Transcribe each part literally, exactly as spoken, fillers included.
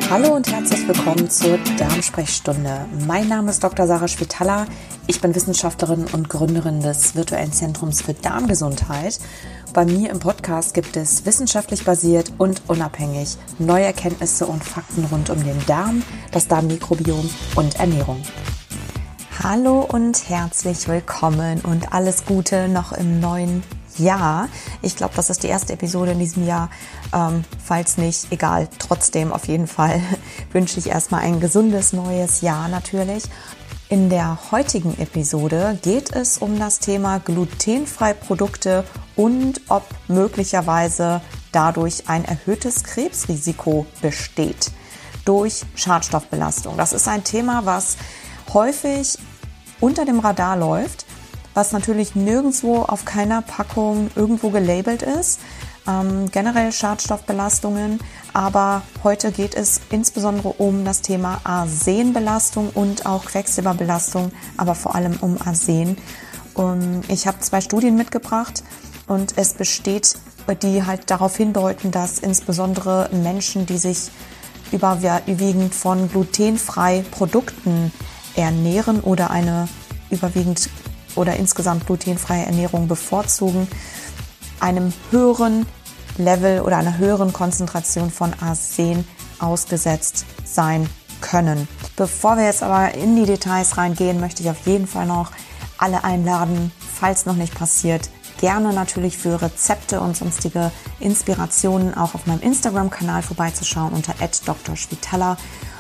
Hallo und herzlich willkommen zur Darmsprechstunde. Mein Name ist Doktor Sarah Schwetala. Ich bin Wissenschaftlerin und Gründerin des virtuellen Zentrums für Darmgesundheit. Bei mir im Podcast gibt es wissenschaftlich basiert und unabhängig neue Erkenntnisse und Fakten rund um den Darm, das Darmmikrobiom und Ernährung. Hallo und herzlich willkommen und alles Gute noch im neuen Jahr. Ich glaube, das ist die erste Episode in diesem Jahr. Ähm, falls nicht, egal, trotzdem auf jeden Fall wünsche ich erstmal ein gesundes neues Jahr natürlich. In der heutigen Episode geht es um das Thema glutenfreie Produkte und ob möglicherweise dadurch ein erhöhtes Krebsrisiko besteht durch Schadstoffbelastung. Das ist ein Thema, was häufig unter dem Radar läuft, was natürlich nirgendwo auf keiner Packung irgendwo gelabelt ist. Ähm, generell Schadstoffbelastungen, aber heute geht es insbesondere um das Thema Arsenbelastung und auch Quecksilberbelastung, aber vor allem um Arsen. Um, ich habe zwei Studien mitgebracht und es besteht, die halt darauf hindeuten, dass insbesondere Menschen, die sich überwiegend von glutenfreien Produkten ernähren oder eine überwiegend oder insgesamt glutenfreie Ernährung bevorzugen, einem höheren Level oder einer höheren Konzentration von Arsen ausgesetzt sein können. Bevor wir jetzt aber in die Details reingehen, möchte ich auf jeden Fall noch alle einladen, falls noch nicht passiert, gerne natürlich für Rezepte und sonstige Inspirationen auch auf meinem Instagram-Kanal vorbeizuschauen unter at Doktor Schwetala.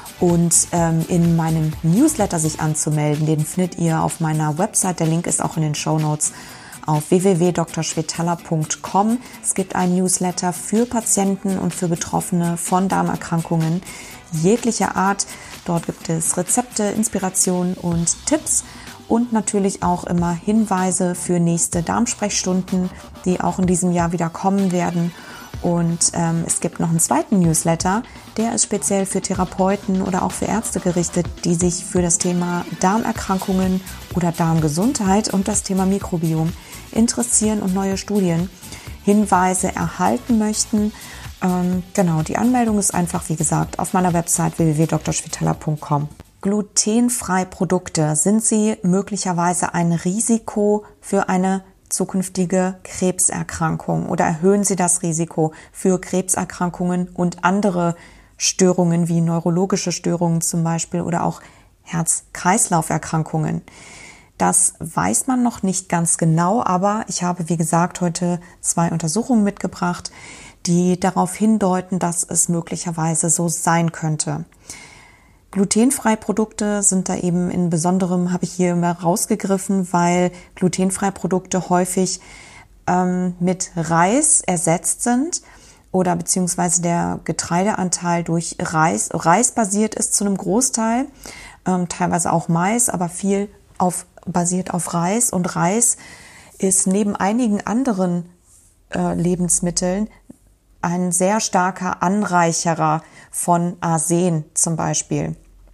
Und ähm, in meinem Newsletter sich anzumelden, den findet ihr auf meiner Website. Der Link ist auch in den Shownotes auf w w w punkt doktor schwetala punkt com. Es gibt einen Newsletter für Patienten und für Betroffene von Darmerkrankungen jeglicher Art. Dort gibt es Rezepte, Inspirationen und Tipps und natürlich auch immer Hinweise für nächste Darmsprechstunden, die auch in diesem Jahr wieder kommen werden. Und ähm, es gibt noch einen zweiten Newsletter, der ist speziell für Therapeuten oder auch für Ärzte gerichtet, die sich für das Thema Darmerkrankungen oder Darmgesundheit und das Thema Mikrobiom interessieren und neue Studien, Hinweise erhalten möchten. Ähm, genau, die Anmeldung ist einfach, wie gesagt, auf meiner Website w w w punkt doktor schwetala punkt com. Glutenfreie Produkte, sind sie möglicherweise ein Risiko für eine zukünftige Krebserkrankung oder erhöhen sie das Risiko für Krebserkrankungen und andere Störungen wie neurologische Störungen zum Beispiel oder auch Herz-Kreislauf-Erkrankungen? Das weiß man noch nicht ganz genau, aber ich habe, wie gesagt, heute zwei Untersuchungen mitgebracht, die darauf hindeuten, dass es möglicherweise so sein könnte. Glutenfreie Produkte sind da eben in besonderem, habe ich hier immer rausgegriffen, weil glutenfreie Produkte häufig ähm, mit Reis ersetzt sind oder beziehungsweise der Getreideanteil durch Reis, Reis basiert ist zu einem Großteil, ähm, teilweise auch Mais, aber viel auf, basiert auf Reis. Und Reis ist neben einigen anderen äh, Lebensmitteln ein sehr starker Anreicherer von Arsen zum Beispiel.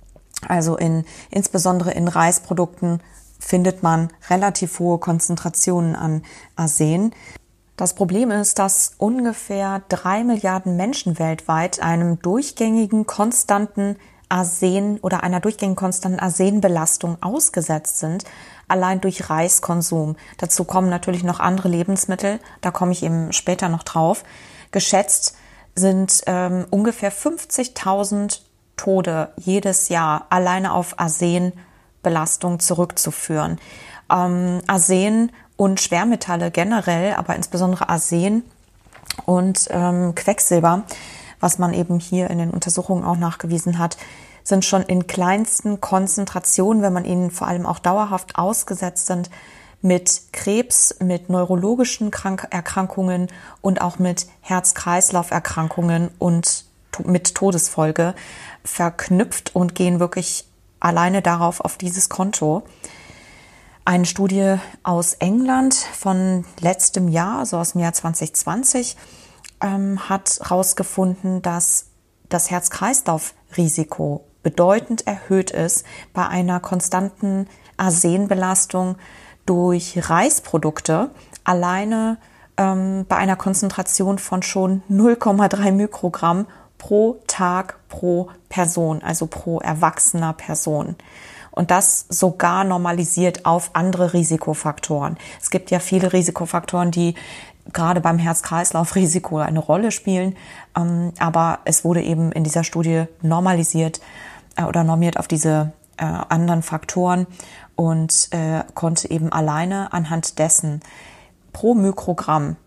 Also in, insbesondere in Reisprodukten findet man relativ hohe Konzentrationen an Arsen. Das Problem ist, dass ungefähr drei Milliarden Menschen weltweit einem durchgängigen konstanten Arsen oder einer durchgängigen konstanten Arsenbelastung ausgesetzt sind, allein durch Reiskonsum. Dazu kommen natürlich noch andere Lebensmittel, da komme ich eben später noch drauf. Geschätzt sind ähm, ungefähr fünfzigtausend Tode jedes Jahr alleine auf Arsenbelastung zurückzuführen. Ähm, Arsen und Schwermetalle generell, aber insbesondere Arsen und ähm, Quecksilber, was man eben hier in den Untersuchungen auch nachgewiesen hat, sind schon in kleinsten Konzentrationen, wenn man ihnen vor allem auch dauerhaft ausgesetzt sind, mit Krebs, mit neurologischen Krank- Erkrankungen und auch mit Herz-Kreislauf-Erkrankungen und to- mit Todesfolge verknüpft und gehen wirklich alleine darauf auf dieses Konto. Eine Studie aus England von letztem Jahr, also aus dem Jahr zwanzig zwanzig, ähm, hat herausgefunden, dass das Herz-Kreislauf-Risiko bedeutend erhöht ist bei einer konstanten Arsenbelastung durch Reisprodukte, alleine ähm, bei einer Konzentration von schon null Komma drei Mikrogramm pro Tag pro Person, also pro erwachsener Person. Und das sogar normalisiert auf andere Risikofaktoren. Es gibt ja viele Risikofaktoren, die gerade beim Herz-Kreislauf-Risiko eine Rolle spielen. Aber es wurde eben in dieser Studie normalisiert oder normiert auf diese anderen Faktoren und konnte eben alleine anhand dessen pro Mikrogramm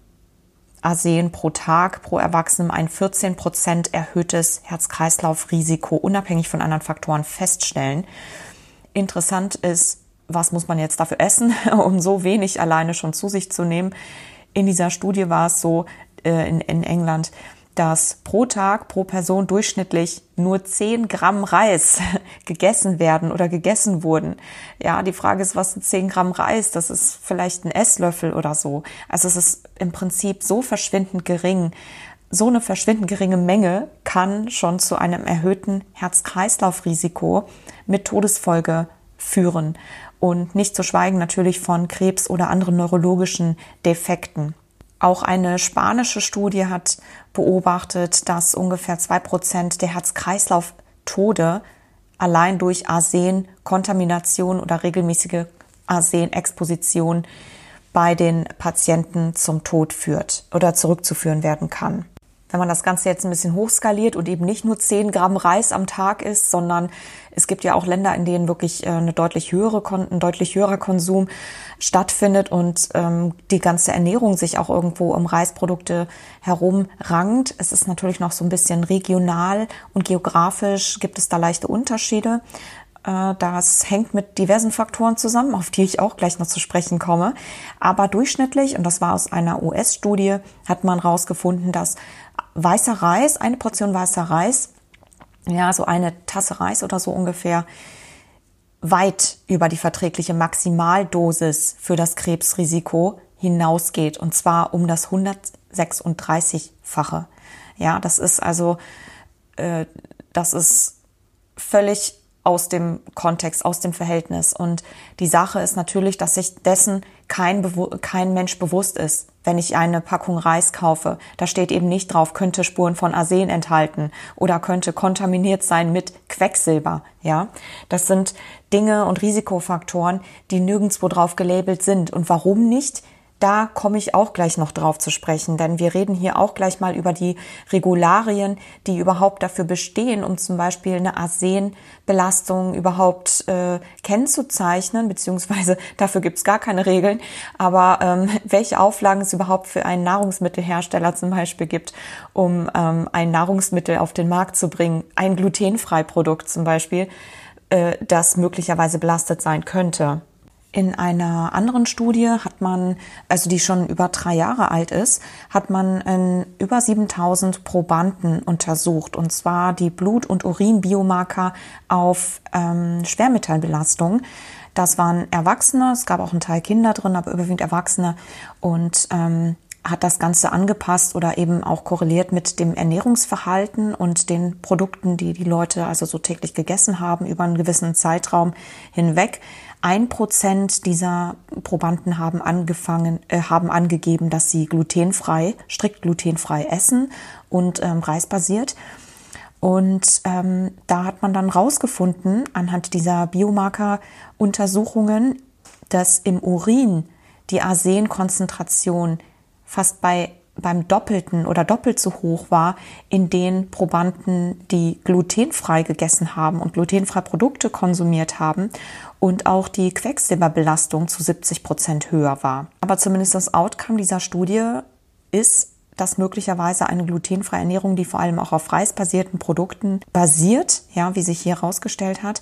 Arsen pro Tag pro Erwachsenen ein vierzehn Prozent erhöhtes Herz-Kreislauf-Risiko unabhängig von anderen Faktoren feststellen. Interessant ist, was muss man jetzt dafür essen, um so wenig alleine schon zu sich zu nehmen. In dieser Studie war es so äh, in, in England, dass pro Tag, pro Person durchschnittlich nur zehn Gramm Reis gegessen werden oder gegessen wurden. Ja, die Frage ist, was sind zehn Gramm Reis? Das ist vielleicht ein Esslöffel oder so. Also es ist im Prinzip so verschwindend gering. So eine verschwindend geringe Menge kann schon zu einem erhöhten Herz-Kreislauf-Risiko mit Todesfolge führen. Und nicht zu schweigen natürlich von Krebs oder anderen neurologischen Defekten. Auch eine spanische Studie hat beobachtet, dass ungefähr zwei Prozent der Herz-Kreislauf-Tode allein durch Arsen-Kontamination oder regelmäßige Arsen-Exposition bei den Patienten zum Tod führt oder zurückzuführen werden kann. Wenn man das Ganze jetzt ein bisschen hochskaliert und eben nicht nur zehn Gramm Reis am Tag isst, sondern es gibt ja auch Länder, in denen wirklich eine deutlich höhere, ein deutlich höherer Konsum stattfindet und ähm, die ganze Ernährung sich auch irgendwo um Reisprodukte herum rankt. Es ist natürlich noch so ein bisschen regional und geografisch gibt es da leichte Unterschiede. Äh, das hängt mit diversen Faktoren zusammen, auf die ich auch gleich noch zu sprechen komme. Aber durchschnittlich, und das war aus einer U S-Studie, hat man herausgefunden, dass weißer Reis, eine Portion weißer Reis, ja, so eine Tasse Reis oder so ungefähr, weit über die verträgliche Maximaldosis für das Krebsrisiko hinausgeht. Und zwar um das hundertsechsunddreißig-fache. Ja, das ist also, äh, das ist völlig aus dem Kontext, aus dem Verhältnis. Und die Sache ist natürlich, dass sich dessen kein, Bewu- kein Mensch bewusst ist, wenn ich eine Packung Reis kaufe. Da steht eben nicht drauf, könnte Spuren von Arsen enthalten oder könnte kontaminiert sein mit Quecksilber. Ja, das sind Dinge und Risikofaktoren, die nirgendwo drauf gelabelt sind. Und warum nicht? Da komme ich auch gleich noch drauf zu sprechen, denn wir reden hier auch gleich mal über die Regularien, die überhaupt dafür bestehen, um zum Beispiel eine Arsenbelastung überhaupt äh, kennzuzeichnen, beziehungsweise dafür gibt es gar keine Regeln, aber ähm, welche Auflagen es überhaupt für einen Nahrungsmittelhersteller zum Beispiel gibt, um ähm, ein Nahrungsmittel auf den Markt zu bringen, ein glutenfrei Produkt zum Beispiel, äh, das möglicherweise belastet sein könnte. In einer anderen Studie hat man, also die schon über drei Jahre alt ist, hat man in über siebentausend Probanden untersucht, und zwar die Blut- und Urinbiomarker auf ähm, Schwermetallbelastung. Das waren Erwachsene, es gab auch einen Teil Kinder drin, aber überwiegend Erwachsene, und ähm, hat das Ganze angepasst oder eben auch korreliert mit dem Ernährungsverhalten und den Produkten, die die Leute also so täglich gegessen haben über einen gewissen Zeitraum hinweg. Ein Prozent dieser Probanden haben angefangen, äh, haben angegeben, dass sie glutenfrei, strikt glutenfrei essen und ähm, reisbasiert. Und ähm, da hat man dann rausgefunden, anhand dieser Biomarker-Untersuchungen, dass im Urin die Arsenkonzentration fast bei beim Doppelten oder doppelt so hoch war in den Probanden, die glutenfrei gegessen haben und glutenfreie Produkte konsumiert haben, und auch die Quecksilberbelastung zu siebzig Prozent höher war. Aber zumindest das Outcome dieser Studie ist, dass möglicherweise eine glutenfreie Ernährung, die vor allem auch auf reisbasierten Produkten basiert, ja, wie sich hier herausgestellt hat,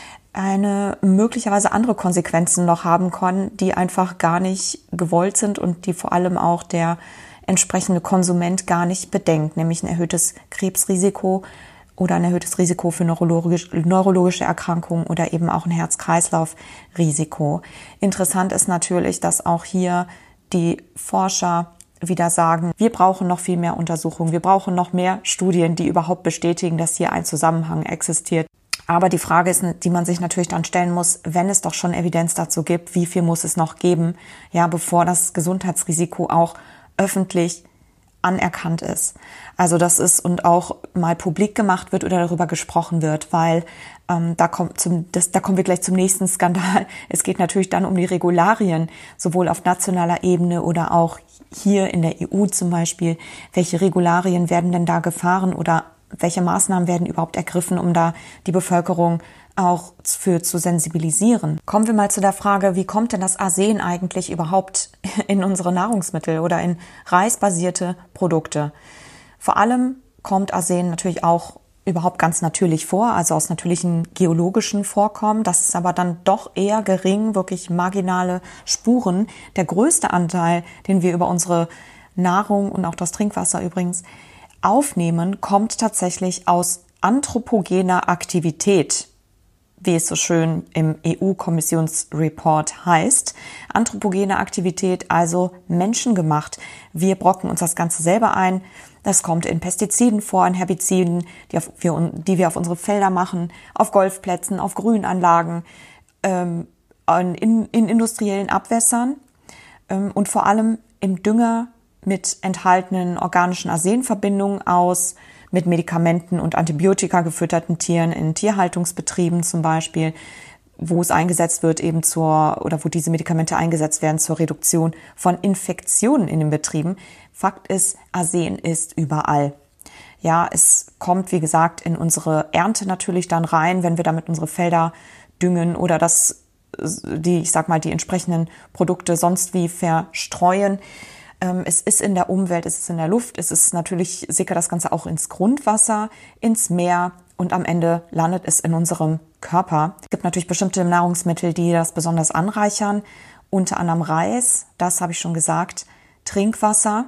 eine möglicherweise andere Konsequenzen noch haben kann, die einfach gar nicht gewollt sind und die vor allem auch der entsprechende Konsument gar nicht bedenkt, nämlich ein erhöhtes Krebsrisiko oder ein erhöhtes Risiko für neurologisch, neurologische Erkrankungen oder eben auch ein Herz-Kreislauf-Risiko. Interessant ist natürlich, dass auch hier die Forscher wieder sagen, wir brauchen noch viel mehr Untersuchungen, wir brauchen noch mehr Studien, die überhaupt bestätigen, dass hier ein Zusammenhang existiert. Aber die Frage ist, die man sich natürlich dann stellen muss, wenn es doch schon Evidenz dazu gibt, wie viel muss es noch geben, ja, bevor das Gesundheitsrisiko auch öffentlich anerkannt ist. Also das ist und auch mal publik gemacht wird oder darüber gesprochen wird, weil ähm, da kommt zum, das, da kommen wir gleich zum nächsten Skandal. Es geht natürlich dann um die Regularien, sowohl auf nationaler Ebene oder auch hier in der E U zum Beispiel. Welche Regularien werden denn da gefahren oder welche Maßnahmen werden überhaupt ergriffen, um da die Bevölkerung auch für zu sensibilisieren? Kommen wir mal zu der Frage, wie kommt denn das Arsen eigentlich überhaupt in unsere Nahrungsmittel oder in reisbasierte Produkte? Vor allem kommt Arsen natürlich auch überhaupt ganz natürlich vor, also aus natürlichen geologischen Vorkommen. Das ist aber dann doch eher gering, wirklich marginale Spuren. Der größte Anteil, den wir über unsere Nahrung und auch das Trinkwasser übrigens aufnehmen, kommt tatsächlich aus anthropogener Aktivität, wie es so schön im E U-Kommissionsreport heißt. Anthropogene Aktivität, also menschengemacht. Wir brocken uns das Ganze selber ein. Das kommt in Pestiziden vor, in Herbiziden, die, auf, wir, die wir auf unsere Felder machen, auf Golfplätzen, auf Grünanlagen, ähm, in, in industriellen Abwässern ähm, und vor allem im Dünger mit enthaltenen organischen Arsenverbindungen aus, mit Medikamenten und Antibiotika gefütterten Tieren in Tierhaltungsbetrieben zum Beispiel, wo es eingesetzt wird eben zur, oder wo diese Medikamente eingesetzt werden zur Reduktion von Infektionen in den Betrieben. Fakt ist, Arsen ist überall. Ja, es kommt, wie gesagt, in unsere Ernte natürlich dann rein, wenn wir damit unsere Felder düngen oder das, die, ich sag mal, die entsprechenden Produkte sonst wie verstreuen. Es ist in der Umwelt, es ist in der Luft, es ist natürlich, sickert das Ganze auch ins Grundwasser, ins Meer und am Ende landet es in unserem Körper. Es gibt natürlich bestimmte Nahrungsmittel, die das besonders anreichern, unter anderem Reis, das habe ich schon gesagt, Trinkwasser,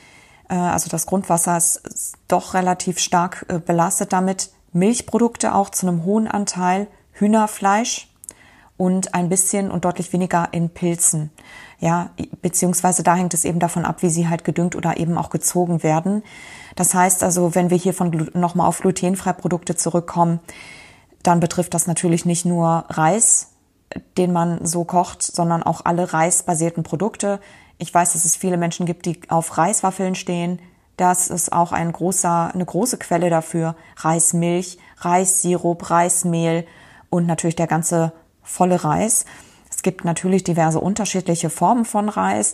also das Grundwasser ist doch relativ stark belastet damit, Milchprodukte auch zu einem hohen Anteil, Hühnerfleisch und ein bisschen und deutlich weniger in Pilzen. Ja, beziehungsweise da hängt es eben davon ab, wie sie halt gedüngt oder eben auch gezogen werden. Das heißt also, wenn wir hier von nochmal auf glutenfreie Produkte zurückkommen, dann betrifft das natürlich nicht nur Reis, den man so kocht, sondern auch alle reisbasierten Produkte. Ich weiß, dass es viele Menschen gibt, die auf Reiswaffeln stehen. Das ist auch ein großer, eine große Quelle dafür. Reismilch, Reissirup, Reismehl und natürlich der ganze volle Reis. Es gibt natürlich diverse unterschiedliche Formen von Reis,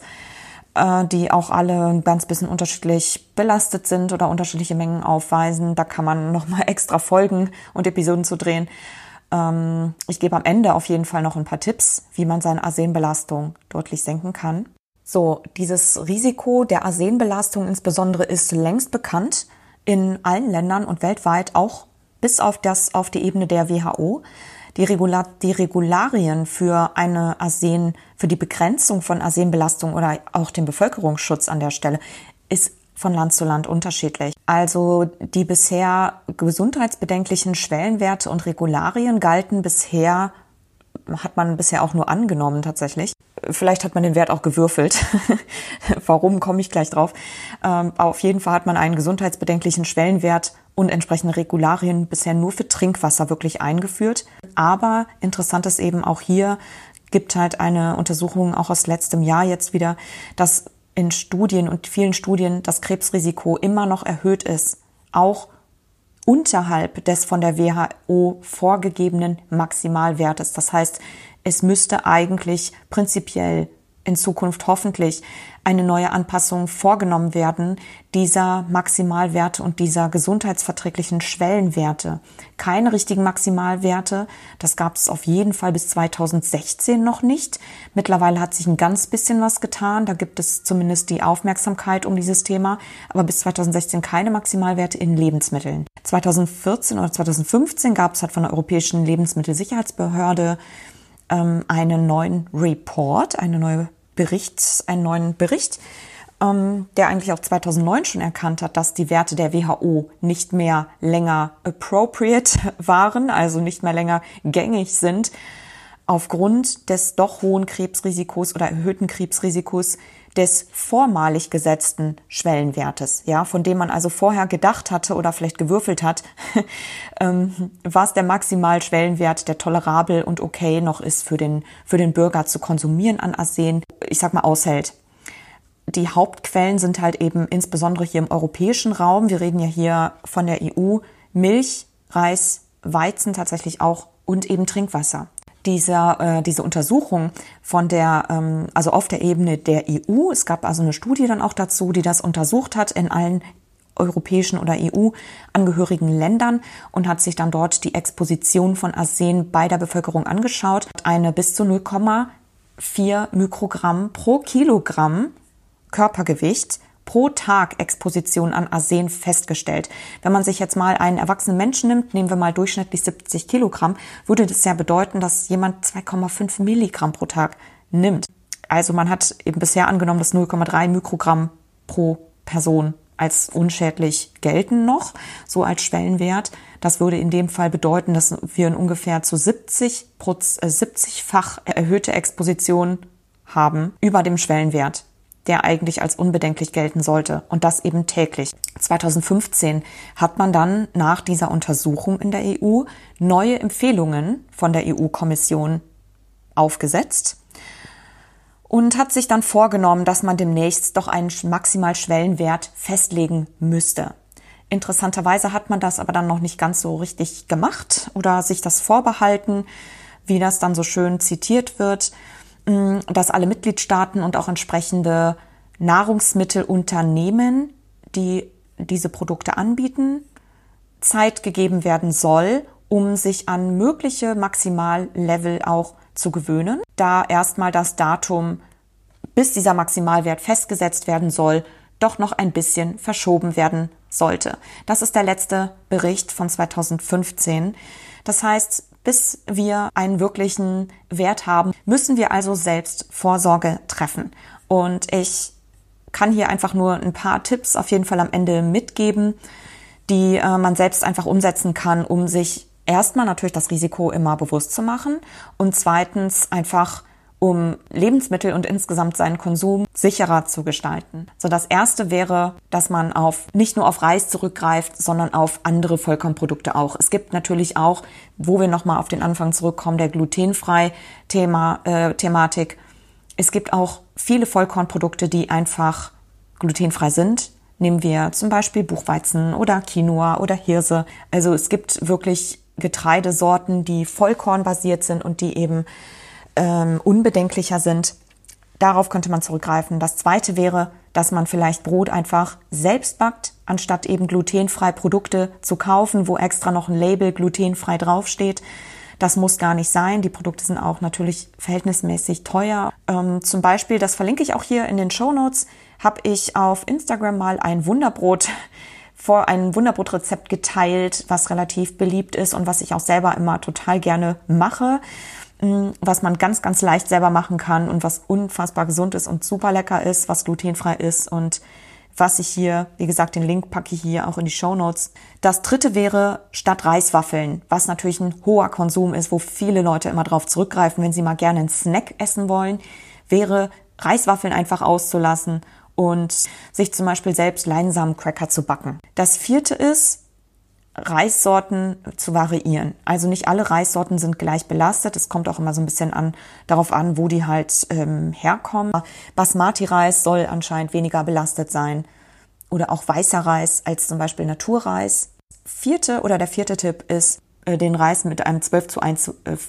die auch alle ein ganz bisschen unterschiedlich belastet sind oder unterschiedliche Mengen aufweisen. Da kann man nochmal extra Folgen und Episoden zu drehen. Ich gebe am Ende auf jeden Fall noch ein paar Tipps, wie man seine Arsenbelastung deutlich senken kann. So, dieses Risiko der Arsenbelastung insbesondere ist längst bekannt in allen Ländern und weltweit, auch bis auf das, auf die Ebene der W H O. Die, Regula- die Regularien für eine Arsen, für die Begrenzung von Arsenbelastung oder auch den Bevölkerungsschutz an der Stelle ist von Land zu Land unterschiedlich. Also die bisher gesundheitsbedenklichen Schwellenwerte und Regularien galten bisher, hat man bisher auch nur angenommen tatsächlich. Vielleicht hat man den Wert auch gewürfelt. Warum, komme ich gleich drauf. Ähm, auf jeden Fall hat man einen gesundheitsbedenklichen Schwellenwert und entsprechende Regularien bisher nur für Trinkwasser wirklich eingeführt. Aber interessant ist eben auch hier, gibt halt eine Untersuchung auch aus letztem Jahr jetzt wieder, dass in Studien und vielen Studien das Krebsrisiko immer noch erhöht ist, auch unterhalb des von der W H O vorgegebenen Maximalwertes. Das heißt, es müsste eigentlich prinzipiell in Zukunft hoffentlich eine neue Anpassung vorgenommen werden, dieser Maximalwerte und dieser gesundheitsverträglichen Schwellenwerte. Keine richtigen Maximalwerte, das gab es auf jeden Fall bis zweitausendsechzehn noch nicht. Mittlerweile hat sich ein ganz bisschen was getan, da gibt es zumindest die Aufmerksamkeit um dieses Thema, aber bis zweitausendsechzehn keine Maximalwerte in Lebensmitteln. zweitausendvierzehn oder zweitausendfünfzehn gab es halt von der Europäischen Lebensmittelsicherheitsbehörde ähm, einen neuen Report, eine neue Bericht, einen neuen Bericht, ähm, der eigentlich auch zweitausendneun schon erkannt hat, dass die Werte der W H O nicht mehr länger appropriate waren, also nicht mehr länger gängig sind, aufgrund des doch hohen Krebsrisikos oder erhöhten Krebsrisikos des vormalig gesetzten Schwellenwertes, ja, von dem man also vorher gedacht hatte oder vielleicht gewürfelt hat, ähm, was der Maximalschwellenwert, der tolerabel und okay noch ist für den, für den Bürger zu konsumieren an Arsen, ich sag mal, aushält. die Hauptquellen sind halt eben insbesondere hier im europäischen Raum. Wir reden ja hier von der E U. Milch, Reis, Weizen tatsächlich auch und eben Trinkwasser. Diese, äh, diese Untersuchung von der, ähm, also auf der Ebene der E U, es gab also eine Studie dann auch dazu, die das untersucht hat in allen europäischen oder E U-angehörigen Ländern und hat sich dann dort die Exposition von Arsen bei der Bevölkerung angeschaut. Eine bis zu null Komma vier Mikrogramm pro Kilogramm Körpergewicht pro Tag Exposition an Arsen festgestellt. Wenn man sich jetzt mal einen erwachsenen Menschen nimmt, nehmen wir mal durchschnittlich siebzig Kilogramm, würde das ja bedeuten, dass jemand zwei Komma fünf Milligramm pro Tag nimmt. Also man hat eben bisher angenommen, dass null Komma drei Mikrogramm pro Person als unschädlich gelten noch, so als Schwellenwert. Das würde in dem Fall bedeuten, dass wir in ungefähr zu siebzig, siebzig-fach erhöhte Exposition haben über dem Schwellenwert, der eigentlich als unbedenklich gelten sollte, und das eben täglich. zweitausendfünfzehn hat man dann nach dieser Untersuchung in der E U neue Empfehlungen von der E U-Kommission aufgesetzt und hat sich dann vorgenommen, dass man demnächst doch einen Maximalschwellenwert festlegen müsste. Interessanterweise hat man das aber dann noch nicht ganz so richtig gemacht oder sich das vorbehalten, wie das dann so schön zitiert wird, dass alle Mitgliedstaaten und auch entsprechende Nahrungsmittelunternehmen, die diese Produkte anbieten, Zeit gegeben werden soll, um sich an mögliche Maximallevel auch zu gewöhnen, da erstmal das Datum, bis dieser Maximalwert festgesetzt werden soll, doch noch ein bisschen verschoben werden sollte. Das ist der letzte Bericht von zweitausendfünfzehn. Das heißt, bis wir einen wirklichen Wert haben, müssen wir also selbst Vorsorge treffen. Und ich kann hier einfach nur ein paar Tipps auf jeden Fall am Ende mitgeben, die äh, man selbst einfach umsetzen kann, um sich erstmal natürlich das Risiko immer bewusst zu machen und zweitens einfach, um Lebensmittel und insgesamt seinen Konsum sicherer zu gestalten. So, das erste wäre, dass man auf nicht nur auf Reis zurückgreift, sondern auf andere Vollkornprodukte auch. Es gibt natürlich auch, wo wir nochmal auf den Anfang zurückkommen, der glutenfrei Thema, äh, Thematik. Es gibt auch viele Vollkornprodukte, die einfach glutenfrei sind. Nehmen wir zum Beispiel Buchweizen oder Quinoa oder Hirse. Also es gibt wirklich Getreidesorten, die vollkornbasiert sind und die eben ähm, unbedenklicher sind. Darauf könnte man zurückgreifen. Das zweite wäre, dass man vielleicht Brot einfach selbst backt, anstatt eben glutenfrei Produkte zu kaufen, wo extra noch ein Label glutenfrei draufsteht. Das muss gar nicht sein. Die Produkte sind auch natürlich verhältnismäßig teuer. Ähm, zum Beispiel, das verlinke ich auch hier in den Shownotes, habe ich auf Instagram mal ein Wunderbrot vor ein Wunderbrotrezept geteilt, was relativ beliebt ist und was ich auch selber immer total gerne mache, was man ganz, ganz leicht selber machen kann und was unfassbar gesund ist und super lecker ist, was glutenfrei ist und was ich hier, wie gesagt, den Link packe ich hier auch in die Shownotes. Das dritte wäre statt Reiswaffeln, was natürlich ein hoher Konsum ist, wo viele Leute immer drauf zurückgreifen, wenn sie mal gerne einen Snack essen wollen, wäre Reiswaffeln einfach auszulassen und sich zum Beispiel selbst Leinsamencracker zu backen. Das vierte ist, Reissorten zu variieren. Also nicht alle Reissorten sind gleich belastet. Es kommt auch immer so ein bisschen an, darauf an, wo die halt ähm, herkommen. Basmati-Reis soll anscheinend weniger belastet sein oder auch weißer Reis als zum Beispiel Naturreis. Vierte oder der vierte Tipp ist, äh, den Reis mit einem zwölf zu eins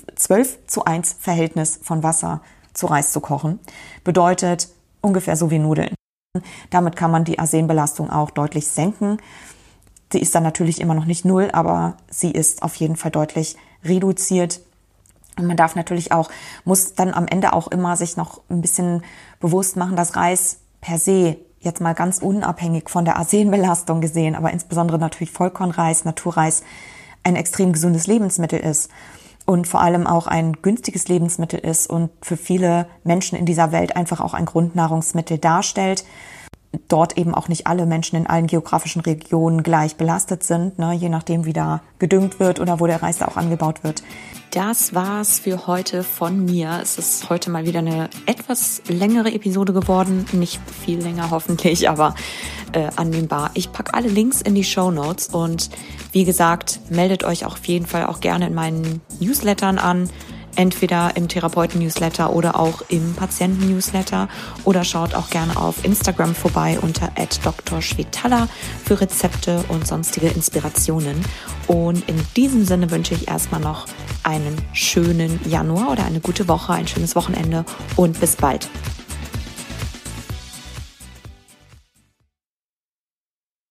Verhältnis von Wasser zu Reis zu kochen. Bedeutet ungefähr so wie Nudeln. Damit kann man die Arsenbelastung auch deutlich senken. Sie ist dann natürlich immer noch nicht null, aber sie ist auf jeden Fall deutlich reduziert. Und man darf natürlich auch, muss dann am Ende auch immer sich noch ein bisschen bewusst machen, dass Reis per se, jetzt mal ganz unabhängig von der Arsenbelastung gesehen, aber insbesondere natürlich Vollkornreis, Naturreis, ein extrem gesundes Lebensmittel ist. Und vor allem auch ein günstiges Lebensmittel ist und für viele Menschen in dieser Welt einfach auch ein Grundnahrungsmittel darstellt. Dort eben auch nicht alle Menschen in allen geografischen Regionen gleich belastet sind, ne, je nachdem, wie da gedüngt wird oder wo der Reis da auch angebaut wird. Das war's für heute von mir. Es ist heute mal wieder eine etwas längere Episode geworden. Nicht viel länger hoffentlich, aber äh, annehmbar. Ich packe alle Links in die Shownotes und wie gesagt, meldet euch auch auf jeden Fall auch gerne in meinen Newslettern an. entweder im Therapeuten-Newsletter oder auch im Patienten-Newsletter, oder schaut auch gerne auf Instagram vorbei unter at Doktor Schwetala für Rezepte und sonstige Inspirationen. Und in diesem Sinne wünsche ich erstmal noch einen schönen Januar oder eine gute Woche, ein schönes Wochenende und bis bald.